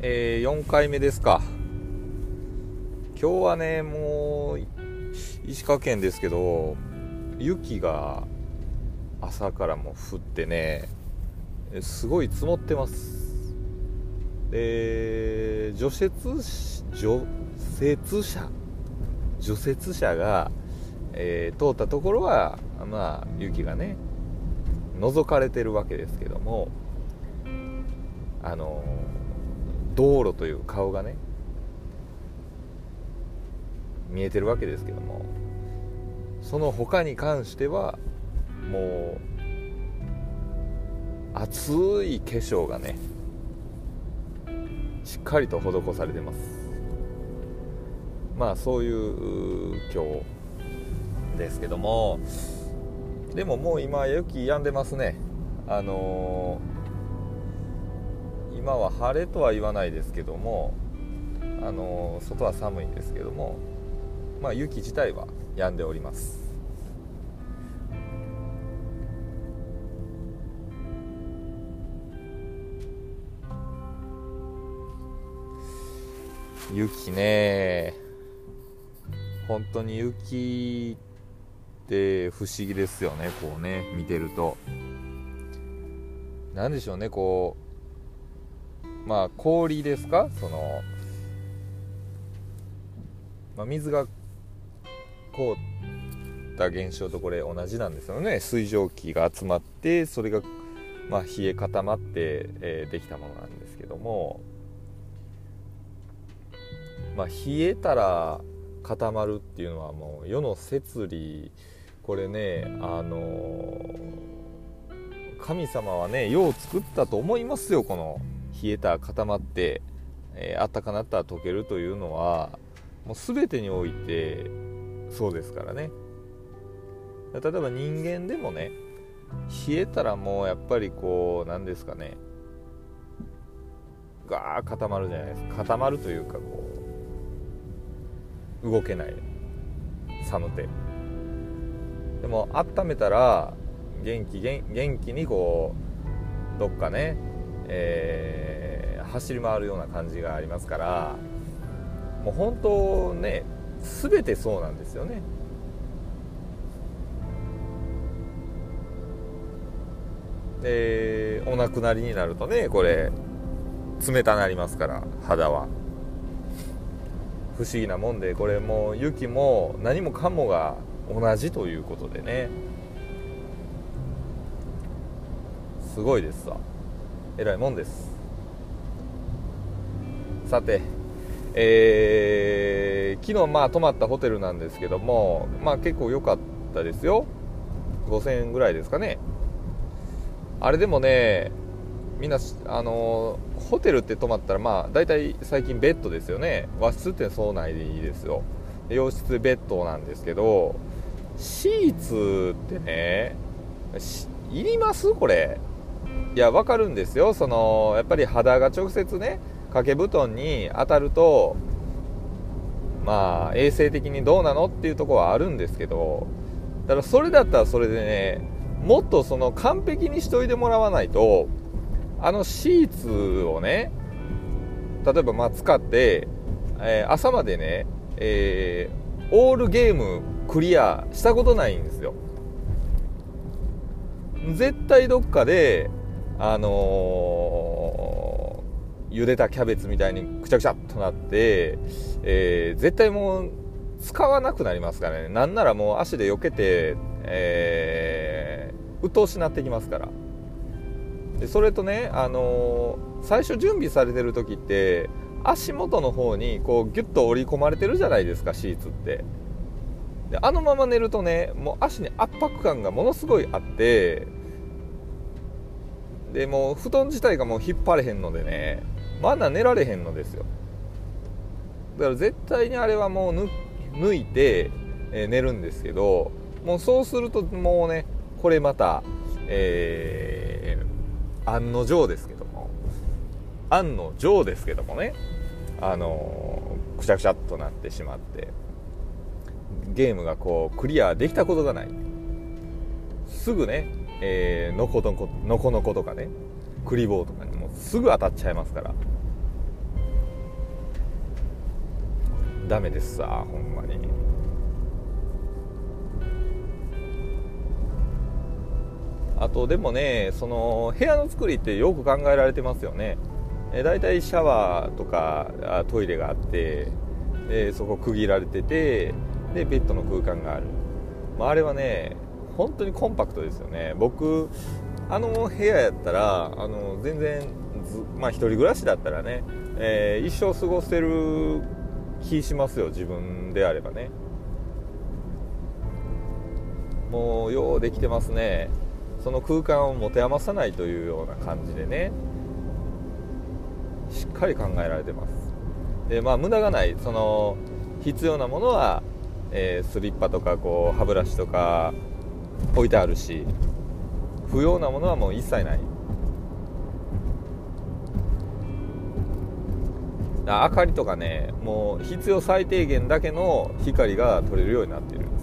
4回目ですか。今日はね、もう石川県ですけど、雪が朝からも降ってね、すごい積もってます。で、除雪車が、通ったところは雪がね覗かれてるわけですけども、道路という顔がね見えてるわけですけども、その他に関してはもう厚い化粧がねしっかりと施されてます。そういう今日ですけども、でももう今雪止んでますね。今は晴れとは言わないですけども、外は寒いんですけども、雪自体は止んでおります。雪ね、本当に雪って不思議ですよね。こうね見てるとなんでしょうね、こう氷ですか、水が凍った現象とこれ同じなんですよね。水蒸気が集まってそれが冷え固まって、できたものなんですけども、冷えたら固まるっていうのはもう世の摂理。これね、神様はねよう作ったと思いますよ。この冷えたら固まって、あったかなったら溶けるというのはもう全てにおいてそうですからね。例えば人間でもね、冷えたらもうやっぱりこうなんですかね、ガー固まるじゃないですか。固まるというかこう動けない、寒て。でも温めたら元気にこうどっかね、走り回るような感じがありますから、もう本当ね全てそうなんですよね。でお亡くなりになるとね、これ冷たなりますから、肌は不思議なもんで、これもう雪も何もかもが同じということでね、すごいですわ。えらいもんです。さて、昨日泊まったホテルなんですけども、結構良かったですよ。5000円ぐらいですかね。あれでもね、みんなホテルって泊まったらだいたい最近ベッドですよね。和室ってそうないでいいですよ。洋室ベッドなんですけど、シーツってねいりますこれ。いや分かるんですよ。やっぱり肌が直接ね掛け布団に当たると衛生的にどうなのっていうところはあるんですけど、だからそれだったらそれでね、もっと完璧にしといてもらわないと、シーツをね例えば使って、朝までね、オールゲームクリアしたことないんですよ。絶対どっかで茹でたキャベツみたいにくちゃくちゃっとなって、絶対もう使わなくなりますからね。なんならもう足で避けて、鬱陶しなってきますから。でそれとね、最初準備されてる時って足元の方にこうギュッと折り込まれてるじゃないですか、シーツって。でまま寝るとね、もう足に圧迫感がものすごいあって、でもう布団自体がもう引っ張れへんのでね、寝られへんのですよ。だから絶対にあれはもう抜いて、寝るんですけど、もうそうするともうねこれまた、案の定ですけどもね、くちゃくちゃっとなってしまって、ゲームがこうクリアできたことがない。すぐね、ノコノコとかねクリボーとかにもすぐ当たっちゃいますから。 ダメですさ、ほんまに。あとでもね、その部屋の作りってよく考えられてますよね。だいたいシャワーとかトイレがあって、そこ区切られてて、でベッドの空間がある、あれはね本当にコンパクトですよね。僕部屋やったら全然一人暮らしだったらね、一生過ごせる気しますよ、自分であればね。もうようできてますね。その空間を持て余さないというような感じでね、しっかり考えられてます。で無駄がない、その必要なものは、スリッパとかこう歯ブラシとか置いてあるし、不要なものはもう一切ない。明かりとかね、もう必要最低限だけの光が取れるようになっているんです。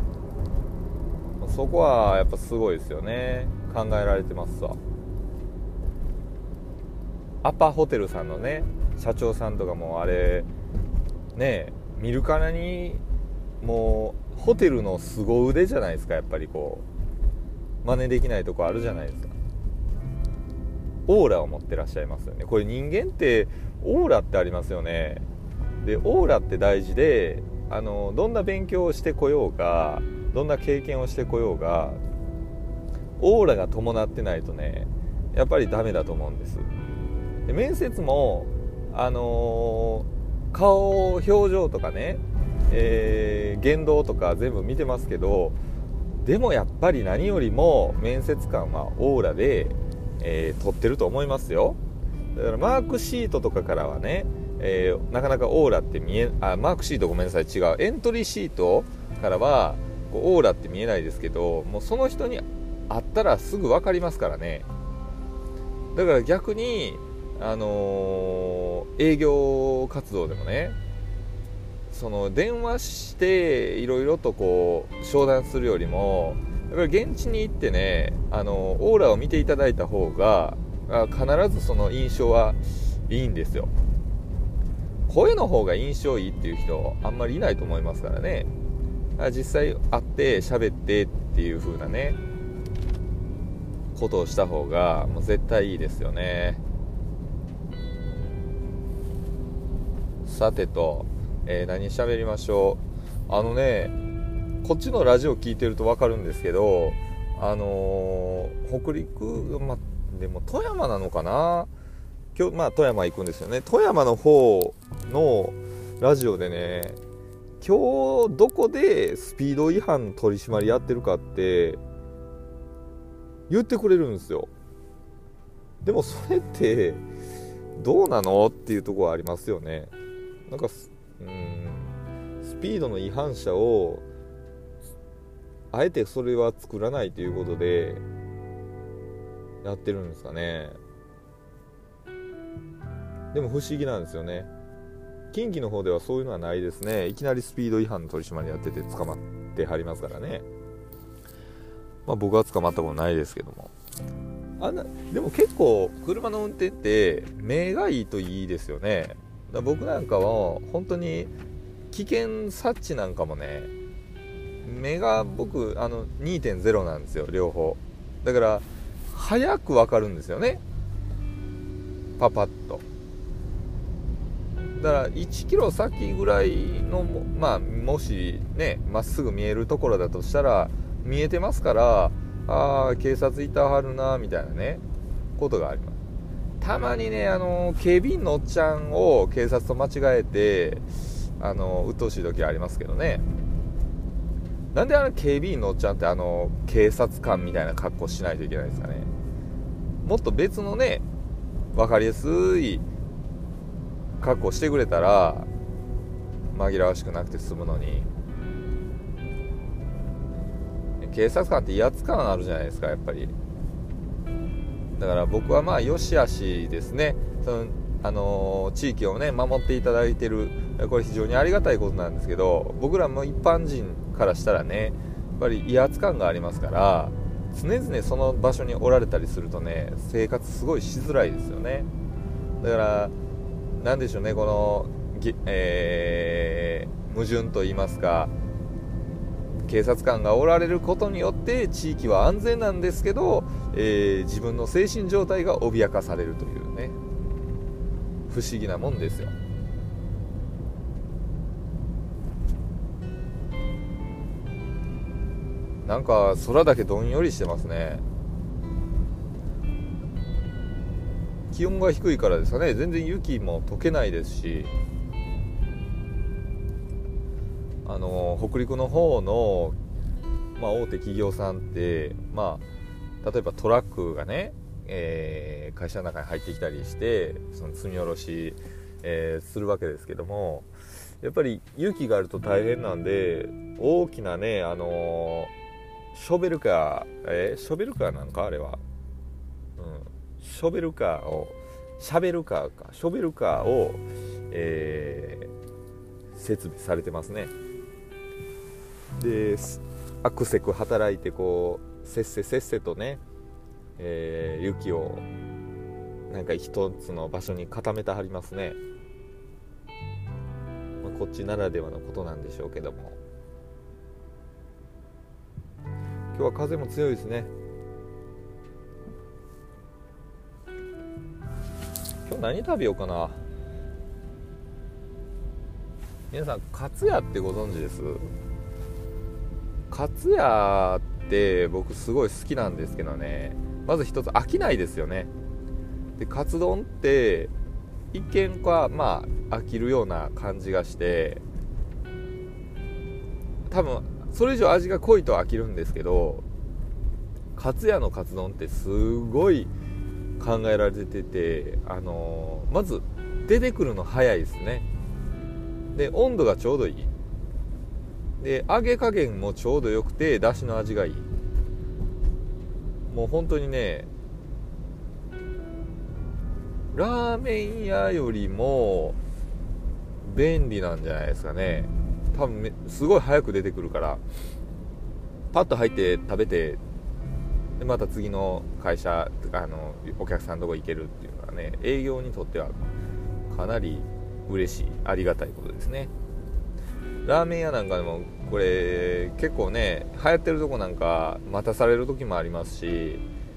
そこはやっぱすごいですよね。考えられてますわ。アパホテルさんのね社長さんとかもあれね、見るからにもうホテルの凄腕じゃないですか。やっぱりこう真似できないとこあるじゃないですか。オーラを持ってらっしゃいますよね。これ人間ってオーラってありますよね。でオーラって大事で、どんな勉強をしてこようが、どんな経験をしてこようが、オーラが伴ってないとねやっぱりダメだと思うんです。で面接も顔表情とかね、言動とか全部見てますけど、でもやっぱり何よりも面接官はオーラで、撮ってると思いますよ。だからマークシートとかからはね、なかなかオーラってマークシートごめんなさい、違う、エントリーシートからはこうオーラって見えないですけど、もうその人に会ったらすぐ分かりますからね。だから逆に営業活動でもね、その電話していろいろとこう商談するよりも、やっぱり現地に行ってね、オーラを見ていただいた方が必ずその印象はいいんですよ。声の方が印象いいっていう人あんまりいないと思いますからね。実際会って喋ってっていう風なねことをした方がもう絶対いいですよね。さてと、何喋りましょう。こっちのラジオ聞いてると分かるんですけど、北陸、でも富山なのかな、今日富山行くんですよね。富山の方のラジオでね、今日どこでスピード違反取り締まりやってるかって言ってくれるんですよ。でもそれってどうなのっていうところはありますよね。なんかスピードの違反者をあえてそれは作らないということでやってるんですかね。でも不思議なんですよね。近畿の方ではそういうのはないですね。いきなりスピード違反の取り締まりやってて捕まってはりますからね。僕は捕まったことないですけども、でも結構車の運転って目がいいといいですよね。僕なんかは本当に危険察知なんかもね、目が僕2.0 なんですよ、両方。だから早く分かるんですよね、パパッと。だから1キロ先ぐらいの、もしねまっすぐ見えるところだとしたら見えてますから、警察いたはるなみたいなねことがあります。たまにね警備員のおっちゃんを警察と間違えて鬱陶しい時ありますけどね。なんで警備員のおっちゃんって警察官みたいな格好しないといけないですかね。もっと別のね分かりやすい格好してくれたら紛らわしくなくて済むのに。警察官って威圧感あるじゃないですか、やっぱり。だから僕は良し悪しですね。地域をね守っていただいてる、これ非常にありがたいことなんですけど、僕らも一般人からしたらねやっぱり威圧感がありますから、常々その場所におられたりするとね生活すごいしづらいですよね。だからなんでしょうね、この矛盾といいますか、警察官がおられることによって地域は安全なんですけど、自分の精神状態が脅かされるというね、不思議なもんですよ。なんか空だけどんよりしてますね。気温が低いからですかね。全然雪も溶けないですし、北陸の方の、大手企業さんって、例えばトラックがね、会社の中に入ってきたりしてその積み下ろし、するわけですけども、やっぱり雪があると大変なんで、大きなね、ショベルカーなのかあれは、ショベルカーを、設備されてますね。でアクセク働いてこうせっせとね、雪をなんか一つの場所に固めてはりますね。こっちならではのことなんでしょうけども、今日は風も強いですね。今日何食べようかな。皆さんカツヤってご存知です？カツヤって僕すごい好きなんですけどね、まず一つ飽きないですよね。でカツ丼って一見は飽きるような感じがして、多分それ以上味が濃いと飽きるんですけど、カツヤのカツ丼ってすごい考えられてて、まず出てくるの早いですね。で温度がちょうどいいで、揚げ加減もちょうどよくて、だしの味がいい。もう本当にね、ラーメン屋よりも便利なんじゃないですかね。多分すごい早く出てくるから、パッと入って食べて、でまた次の会社お客さんのとこ行けるっていうのはね、営業にとってはかなり嬉しい、ありがたいことですね。ラーメン屋なんかでもこれ結構ね、流行ってるとこなんか待たされる時もありますし、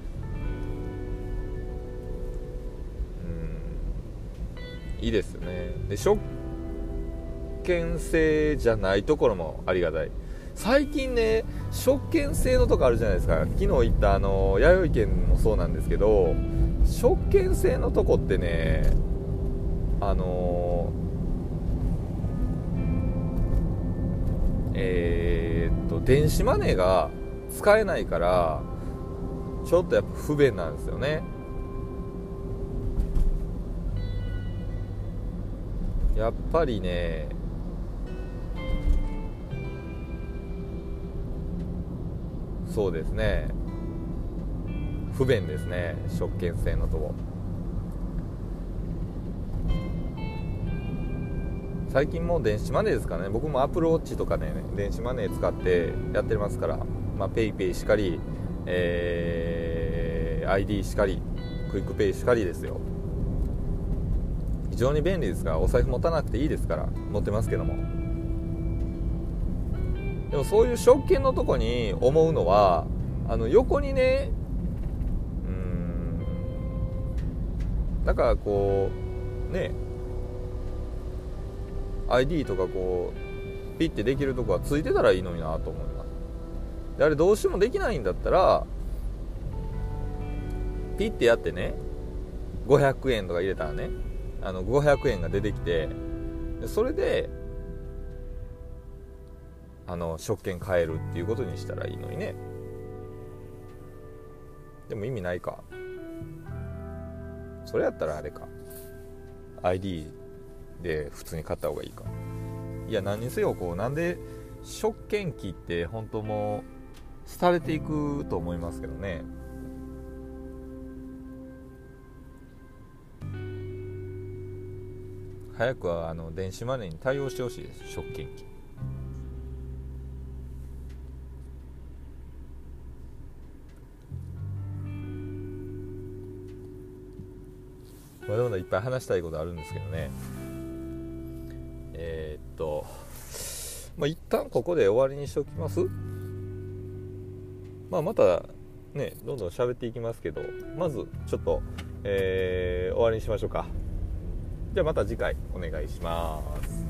いいですよね。で食券制じゃないところもありがたい。最近ね、食券制のとこあるじゃないですか。昨日行った弥生県もそうなんですけど、食券制のとこってね、電子マネーが使えないから、ちょっとやっぱ不便なんですよね。やっぱりね、そうですね、不便ですね、食券制のとこ。最近もう電子マネーですからね。僕もアップルウォッチとかね、電子マネー使ってやってますから、ペイペイしかり、ID しかり、クイックペイしかりですよ。非常に便利ですから、お財布持たなくていいですから。持ってますけども。でもそういう食券のとこに思うのは、横にね、なんかこうね、ID とかこうピッてできるとこはついてたらいいのになと思います。であれどうしてもできないんだったら、ピッてやってね、500円とか入れたらね、500円が出てきて、それで食券買えるっていうことにしたらいいのにね。でも意味ないか。それやったらあれか、 ID で普通に買った方がいいか。いや、何にせよこう、なんで食券機って本当もう廃れていくと思いますけどね。早くは電子マネーに対応してほしいです、食券機。まだまだいっぱい話したいことあるんですけどね。 一旦ここで終わりにしておきます。またねどんどん喋っていきますけど、まずちょっと、終わりにしましょうか。じゃあまた次回お願いします。